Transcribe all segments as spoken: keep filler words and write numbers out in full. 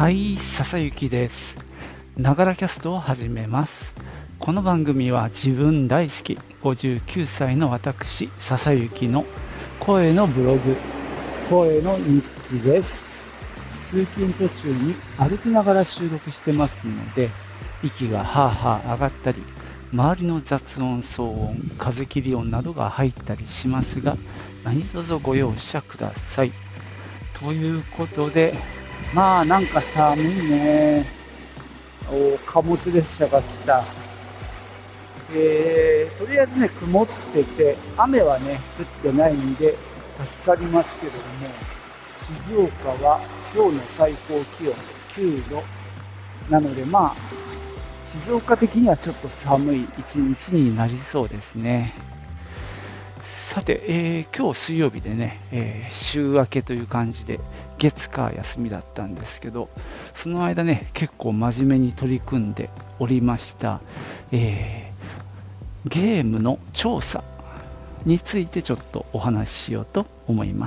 はい、笹雪です。ながらキャストを始めます。この番組は自分大好きごじゅうきゅうさいの私、笹雪の声のブログ、声の日記です。通勤途中に歩きながら収録してますので、息がはぁはぁ上がったり、周りの雑音、騒音、風切り音などが入ったりしますが、何卒ご容赦ください。ということで、まあなんか寒いね。お貨物列車が来た。えー、とりあえずね、曇ってて、雨はね、降ってないんで助かりますけれども、静岡は今日の最高気温きゅうどなので、まあ静岡的にはちょっと寒い一日になりそうですね。さて、えー、今日水曜日でね、えー、週明けという感じで月火休みだったんですけど、その間ね結構真面目に取り組んでおりました、えー、ゲームの調査についてちょっとお話ししようと思います。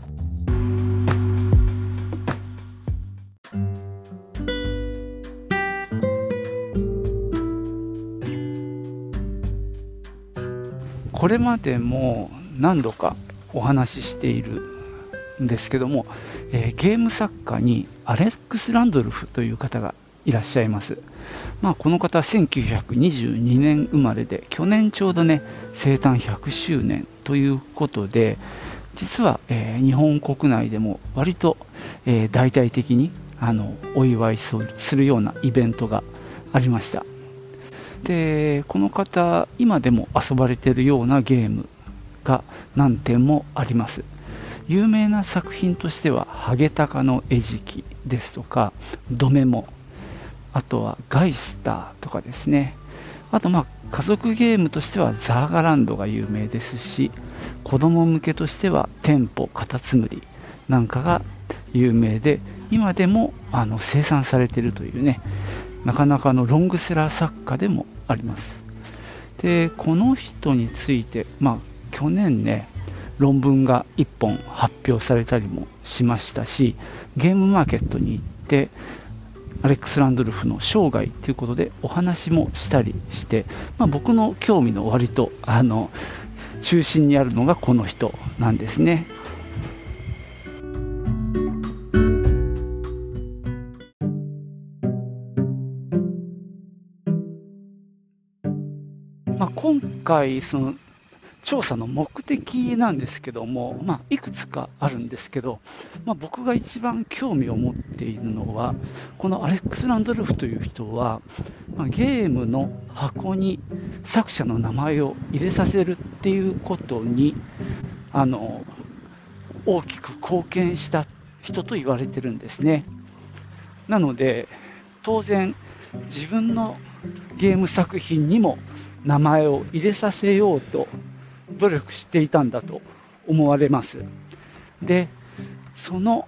これまでも何度かお話ししているんですけども、えー、ゲーム作家にアレックス・ランドルフという方がいらっしゃいます。まあ、この方はせんきゅうひゃくにじゅうにねん生まれで、去年ちょうどね生誕ひゃくしゅうねんということで、実は、えー、日本国内でも割と、えー、大々的にあのお祝いするようなイベントがありました。でこの方、今でも遊ばれているようなゲームが何点もあります。有名な作品としては、ハゲタカの餌食ですとか、ドメモ、あとはガイスターとかですね。あと、まあ家族ゲームとしてはザーガランドが有名ですし、子供向けとしてはテンポカタツムリなんかが有名で、今でもあの生産されているというね、なかなかのロングセラー作家でもあります。でこの人について、まあ、去年ね論文がいっぽん発表されたりもしましたし、ゲームマーケットに行ってアレックス・ランドルフの生涯ということでお話もしたりして、まあ、僕の興味の割とあの中心にあるのがこの人なんですね。まあ、今回その調査の目的なんですけども、まあ、いくつかあるんですけど、まあ、僕が一番興味を持っているのは、このアレックス・ランドルフという人は、まあ、ゲームの箱に作者の名前を入れさせるっていうことにあの大きく貢献した人と言われてるんですね。なので当然自分のゲーム作品にも名前を入れさせようと努力していたんだと思われます。で、その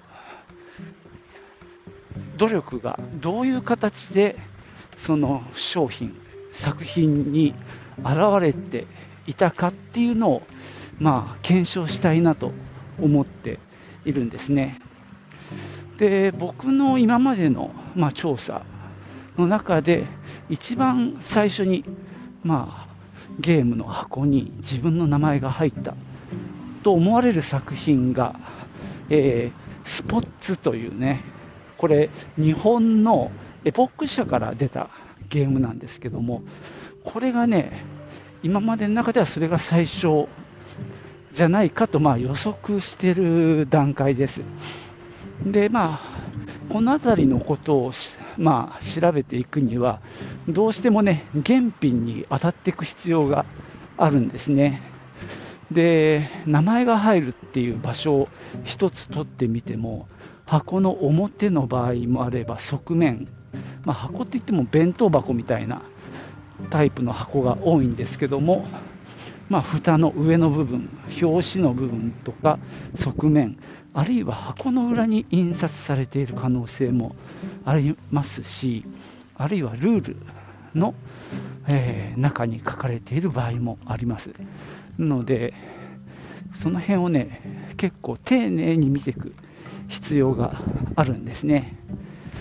努力がどういう形でその商品、作品に現れていたかっていうのを、まあ、検証したいなと思っているんですね。で、僕の今までの、まあ、調査の中で一番最初に、まあ、ゲームの箱に自分の名前が入ったと思われる作品が、えー、スポッツというね、これ日本のエポック社から出たゲームなんですけども、これがね今までの中ではそれが最初じゃないかと、まあ、予測している段階です。で、まあこの辺りのことを、まあ、調べていくにはどうしてもね原品に当たっていく必要があるんですね。で、名前が入るっていう場所を一つ取ってみても、箱の表の場合もあれば側面、まあ、箱って言っても弁当箱みたいなタイプの箱が多いんですけども、まあ、蓋の上の部分、表紙の部分とか側面、あるいは箱の裏に印刷されている可能性もありますし、あるいはルールの、えー、中に書かれている場合もありますので、その辺をね結構丁寧に見ていく必要があるんですね。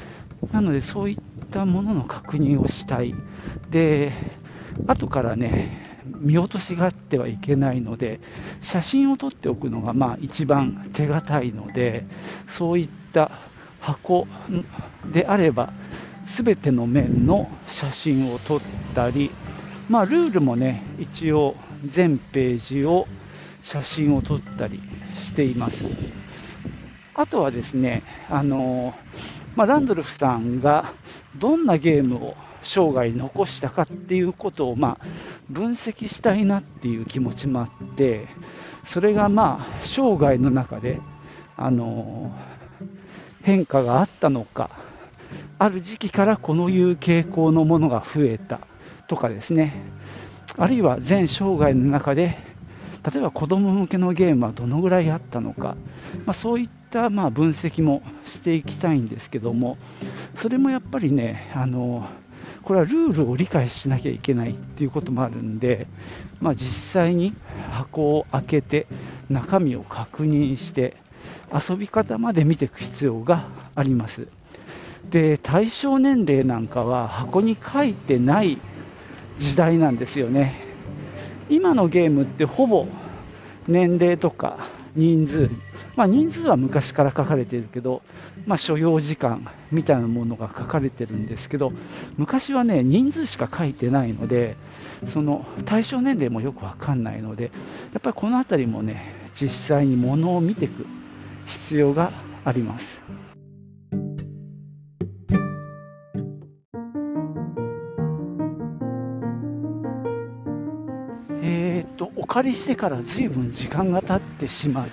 なのでそういったものの確認をしたい。で、後からね、見落としがあってはいけないので、写真を撮っておくのがまあ一番手堅いので、そういった箱であれば、すべての面の写真を撮ったり、まあ、ルールもね、一応全ページを写真を撮ったりしています。あとはですね、あのまあ、ランドルフさんがどんなゲームを生涯残したかっていうことを、まあ、分析したいなっていう気持ちもあって、それがまあ生涯の中で、あの変化があったのか、ある時期からこのいう傾向のものが増えたとかですね、あるいは全生涯の中で例えば子供向けのゲームはどのぐらいあったのか、まあ、そういったまあ分析もしていきたいんですけども、それもやっぱりね、あのこれはルールを理解しなきゃいけないっていうこともあるんで、まあ、実際に箱を開けて中身を確認して遊び方まで見ていく必要があります。で、対象年齢なんかは箱に書いてない時代なんですよね。今のゲームってほぼ年齢とか人数、まあ、人数は昔から書かれているけど、まあ、所要時間みたいなものが書かれてるんですけど、昔はね、人数しか書いてないので、その対象年齢もよくわかんないので、やっぱりこのあたりもね、実際にものを見ていく必要があります。えー、とお借りしてからずいぶん時間が経ってしまって、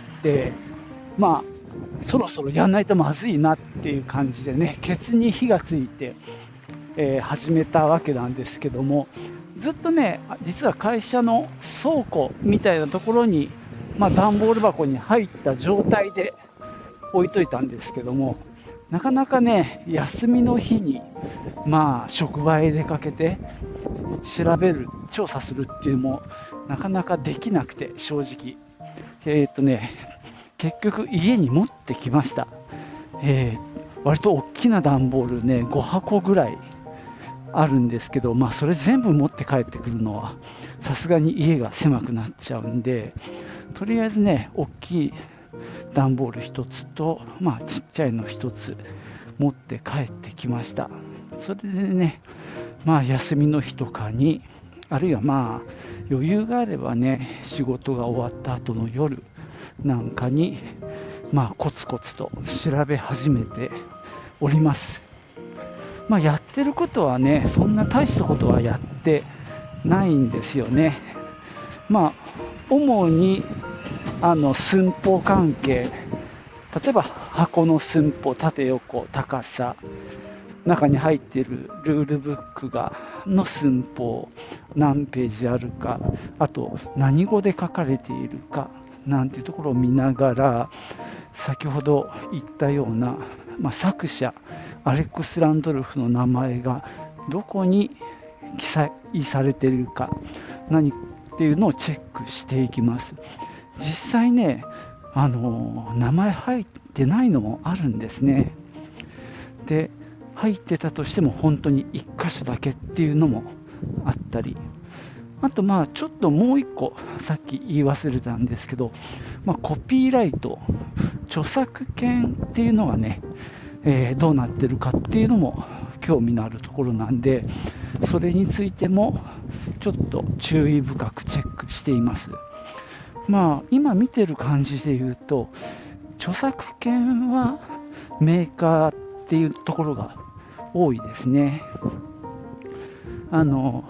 まあ、そろそろやんないとまずいなっていう感じでね、ケツに火がついて、えー始めたわけなんですけども、ずっとね、実は会社の倉庫みたいなところに、まあ、段ボール箱に入った状態で置いといたんですけども、なかなかね、休みの日に、まあ、職場へ出かけて調べる、調査するっていうのもなかなかできなくて、正直。えーっとね、結局家に持ってきました。えー割と大きな段ボールね、ご箱ぐらいあるんですけど、まあ、それ全部持って帰ってくるのは、さすがに家が狭くなっちゃうんで、とりあえずね、大きい段ボールひとつと、まあ、ちっちゃいのひとつ持って帰ってきました。それでね、まあ、休みの日とかに、あるいはまあ、余裕があればね、仕事が終わった後の夜なんかに、まあ、コツコツと調べ始めております。まあ、やってることはね、そんな大したことはやってないんですよね。まあ、主にあの寸法関係、例えば箱の寸法、縦横、高さ、中に入っているルールブックがの寸法、何ページあるか、あと何語で書かれているかなんていうところを見ながら、先ほど言ったような、まあ、作者アレックス・ランドルフの名前がどこに記載されているか何っていうのをチェックしていきます。実際ね、あの名前入ってないのもあるんですね。で、入ってたとしても本当にいっ箇所だけっていうのもあったり、あとまあちょっともう一個さっき言い忘れたんですけど、まあ、コピーライト、著作権っていうのがね、えーどうなってるかっていうのも興味のあるところなんで、それについてもちょっと注意深くチェックしています。まあ今見てる感じで言うと、著作権はメーカーっていうところが多いですね。あの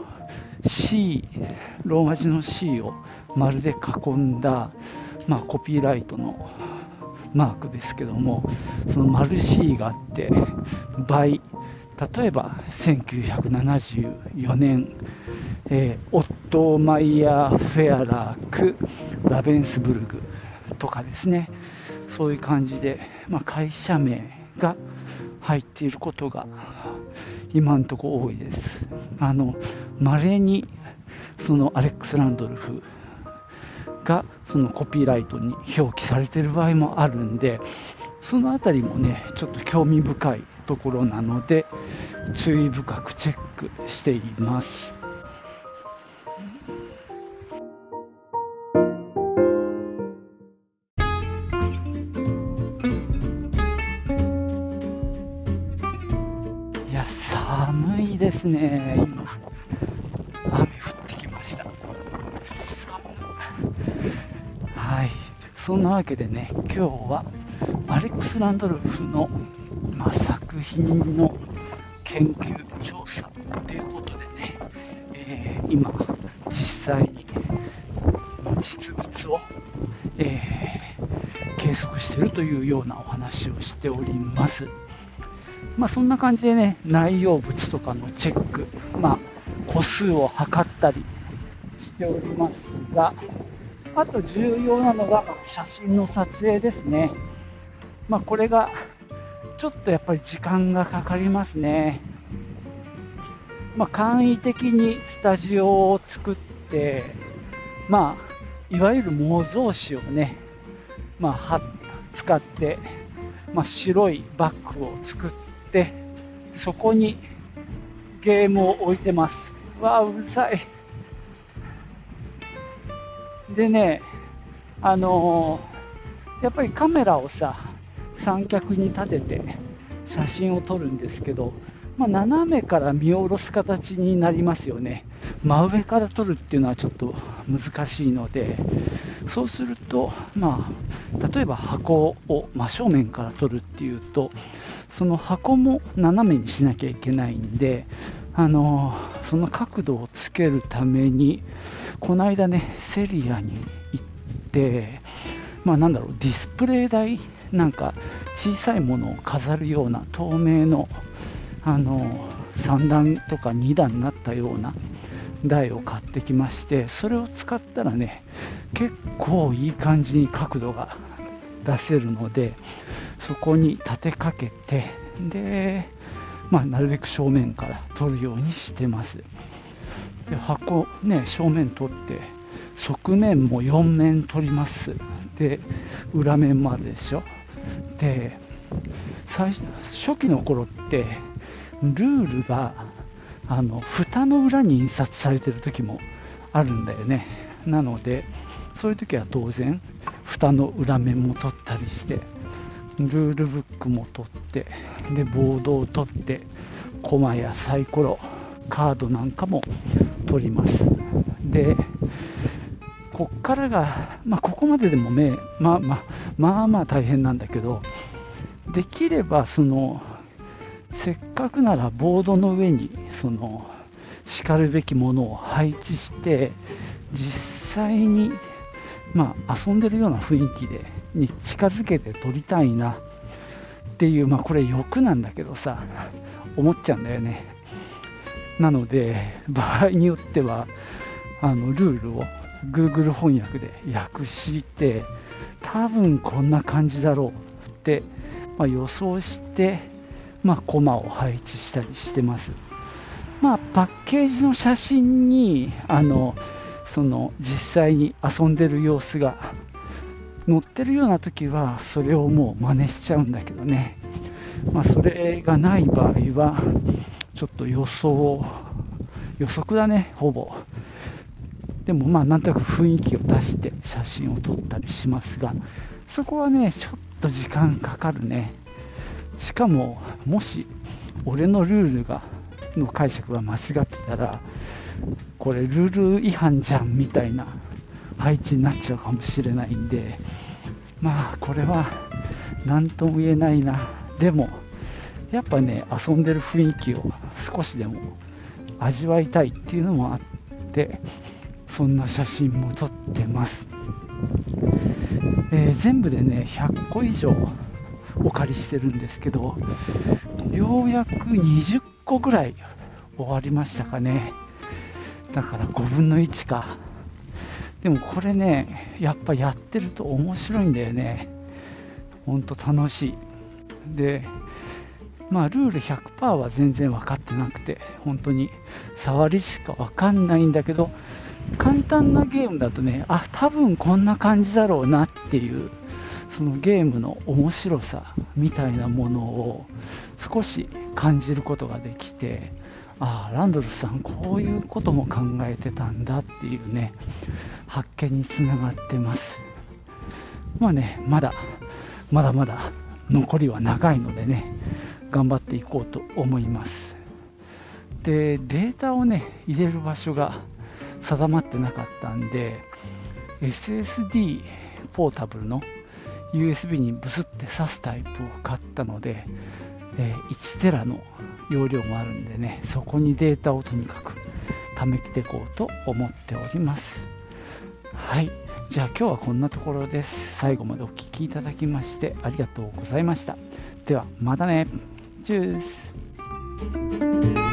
C、 ローマ字の C を丸で囲んだ、まあ、コピーライトのマークですけども、その丸 C があって倍、例えばせんきゅうひゃくななじゅうよねん、えー、オットーマイヤー・フェアラーク・ラベンスブルグとかですね、そういう感じで、まあ、会社名が入っていることが今のところ多いです。あの稀にそのアレックス・ランドルフがそのコピーライトに表記されている場合もあるんで、 そのあたりもね、ちょっと興味深いところなので、注意深くチェックしています。いや、寒いですね。今、雨降ってきました。はい。そんなわけでね、今日はアレックス・ランドルフの、まあ、作品の研究調査ということでね、えー、今実際に実物を、えー、計測しているというようなお話をしております。まあ、そんな感じでね、内容物とかのチェック、まあ、個数を測ったりしておりますが、あと重要なのが写真の撮影ですね。まあ、これがちょっとやっぱり時間がかかりますね。まあ、簡易的にスタジオを作って、まあ、いわゆる模造紙をね、まあ、は使って、まあ、白いバッグを作って、そこにゲームを置いてます。わあ、うるさい。でね、あのー、やっぱりカメラをさ、三脚に立てて写真を撮るんですけど、まあ、斜めから見下ろす形になりますよね。真上から撮るっていうのはちょっと難しいので、そうすると、まあ、例えば箱を真正面から撮るっていうと、その箱も斜めにしなきゃいけないんで、あのー、その角度をつけるために、この間ね、セリアに行って、まあ、なんだろう、ディスプレイ台、なんか小さいものを飾るような透明の、あのさん段とかに段になったような台を買ってきまして、それを使ったらね、結構いい感じに角度が出せるので、そこに立てかけて、で、まあ、なるべく正面から撮るようにしてます。で、箱ね、正面撮って、側面もよん面撮ります。で、裏面もあるでしょ。で、最初期の頃ってルールがあの蓋の裏に印刷されてる時もあるんだよね。なのでそういう時は当然蓋の裏面も取ったりして、ルールブックも取って、でボードを取って、コマやサイコロ、カードなんかも取ります。でこっからが、まあ、ここまででもね、まあまあまあまあ大変なんだけど、できればそのせっかくならボードの上にそのしかるべきものを配置して、実際にまあ遊んでるような雰囲気でに近づけて撮りたいなっていう、まあこれ欲なんだけどさ、思っちゃうんだよね。なので場合によってはあのルールを Google 翻訳で訳して、多分こんな感じだろうって、まあ、予想して、まあ、コマを配置したりしてます。まあ、パッケージの写真にあのその実際に遊んでる様子が載ってるような時はそれをもう真似しちゃうんだけどね。まあ、それがない場合はちょっと予想予測だね、ほぼ。でもまあなんとなく雰囲気を出して写真を撮ったりしますが、そこはねちょっと時間かかるね。しかももし俺のルールがの解釈が間違ってたら、これルール違反じゃんみたいな配置になっちゃうかもしれないんで、まあこれは何とも言えないな。でもやっぱね、遊んでる雰囲気を少しでも味わいたいっていうのもあって、そんな写真も撮ってます。えー、全部でねひゃっこ以上お借りしてるんですけど、ようやくにじゅっこぐらい終わりましたかね。だからごぶんのいちか。でもこれね、やっぱやってると面白いんだよね。ほんと楽しい。でまあルール ひゃくパーセント は全然分かってなくて、本当に触りしか分かんないんだけど、簡単なゲームだとね、あ、多分こんな感じだろうなっていう、 そのゲームの面白さみたいなものを少し感じることができて、ああランドルフさんこういうことも考えてたんだっていうね、発見につながってます。まあね、まだまだまだ残りは長いのでね、頑張っていこうと思います。で、データをね入れる場所が定まってなかったんで、 エスエスディー ポータブルの ユーエスビー にブスって挿すタイプを買ったので、えー、いちテラの容量もあるんでね、そこにデータをとにかく貯めていこうと思っております。はい、じゃあ今日はこんなところです。最後までお聞きいただきましてありがとうございました。ではまたね。チュース。